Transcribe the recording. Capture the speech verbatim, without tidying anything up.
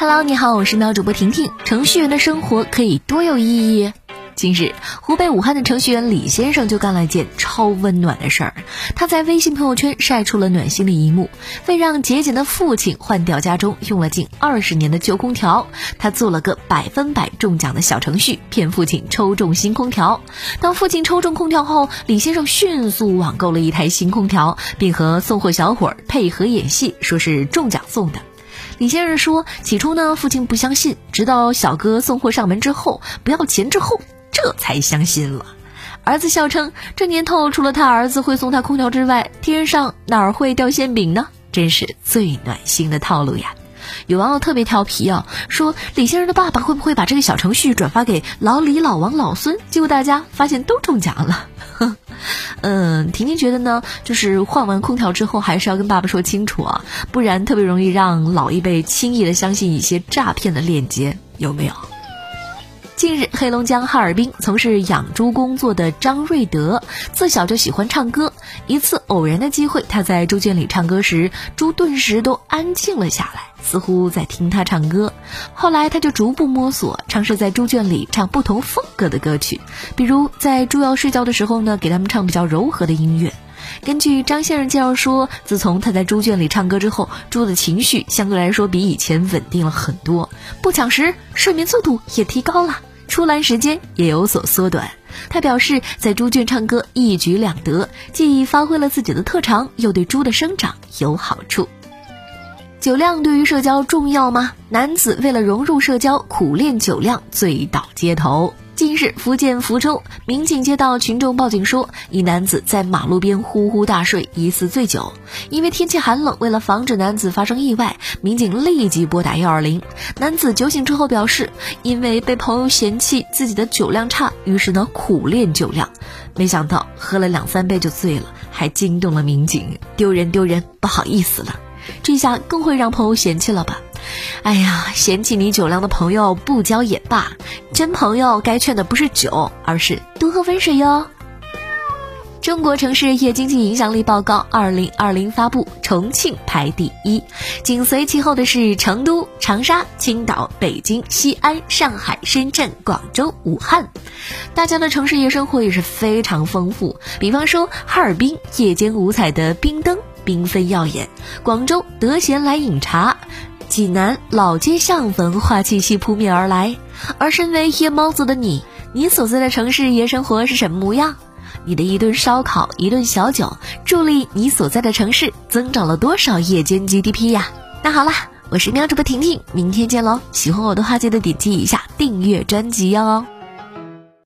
Hello， 你好，我是喵主播婷婷。程序员的生活可以多有意义。近日，湖北武汉的程序员李先生就干了一件超温暖的事儿。他在微信朋友圈晒出了暖心的一幕，为让节俭的父亲换掉家中用了近二十年的旧空调，他做了个百分百中奖的小程序，骗父亲抽中新空调。当父亲抽中空调后，李先生迅速网购了一台新空调，并和送货小伙配合演戏，说是中奖送的。李先生说，起初呢，父亲不相信，直到小哥送货上门之后，不要钱之后，这才相信了。儿子笑称，这年头除了他儿子会送他空调之外，天上哪儿会掉馅饼呢？真是最暖心的套路呀。有网友特别调皮啊，说李先生的爸爸会不会把这个小程序转发给老李、老王、老孙？结果大家发现都中奖了。嗯，婷婷觉得呢，就是换完空调之后还是要跟爸爸说清楚啊，不然特别容易让老一辈轻易的相信一些诈骗的链接，有没有？近日，黑龙江哈尔滨从事养猪工作的张瑞德自小就喜欢唱歌。一次偶然的机会，他在猪圈里唱歌时，猪顿时都安静了下来，似乎在听他唱歌。后来他就逐步摸索，尝试在猪圈里唱不同风格的歌曲，比如在猪要睡觉的时候呢，给他们唱比较柔和的音乐。根据张先生介绍说，自从他在猪圈里唱歌之后，猪的情绪相对来说比以前稳定了很多，不抢食，睡眠速度也提高了，出栏时间也有所缩短。他表示，在猪圈唱歌一举两得，既发挥了自己的特长，又对猪的生长有好处。酒量对于社交重要吗？男子为了融入社交，苦练酒量，醉倒街头。近日，福建福州民警接到群众报警说，一男子在马路边呼呼大睡，疑似醉酒。因为天气寒冷，为了防止男子发生意外，民警立即拨打一二零。男子酒醒之后表示，因为被朋友嫌弃自己的酒量差，于是呢苦练酒量。没想到喝了两三杯就醉了，还惊动了民警，丢人丢人，不好意思了。这下更会让朋友嫌弃了吧？哎呀，嫌弃你酒量的朋友不交也罢，真朋友该劝的不是酒，而是多喝温水哟。中国城市夜经济影响力报告二零二零发布，重庆排第一，紧随其后的是成都、长沙、青岛、北京、西安、上海、深圳、广州、武汉。大家的城市夜生活也是非常丰富，比方说哈尔滨夜间五彩的冰灯缤纷耀眼，广州德贤来饮茶，济南老街巷文化气息扑面而来。而身为夜猫子的你，你所在的城市夜生活是什么模样？你的一顿烧烤，一顿小酒，助力你所在的城市增长了多少夜间 G D P 呀？那好啦，我是喵主播婷婷，明天见喽！喜欢我的话记得点击一下订阅专辑哦。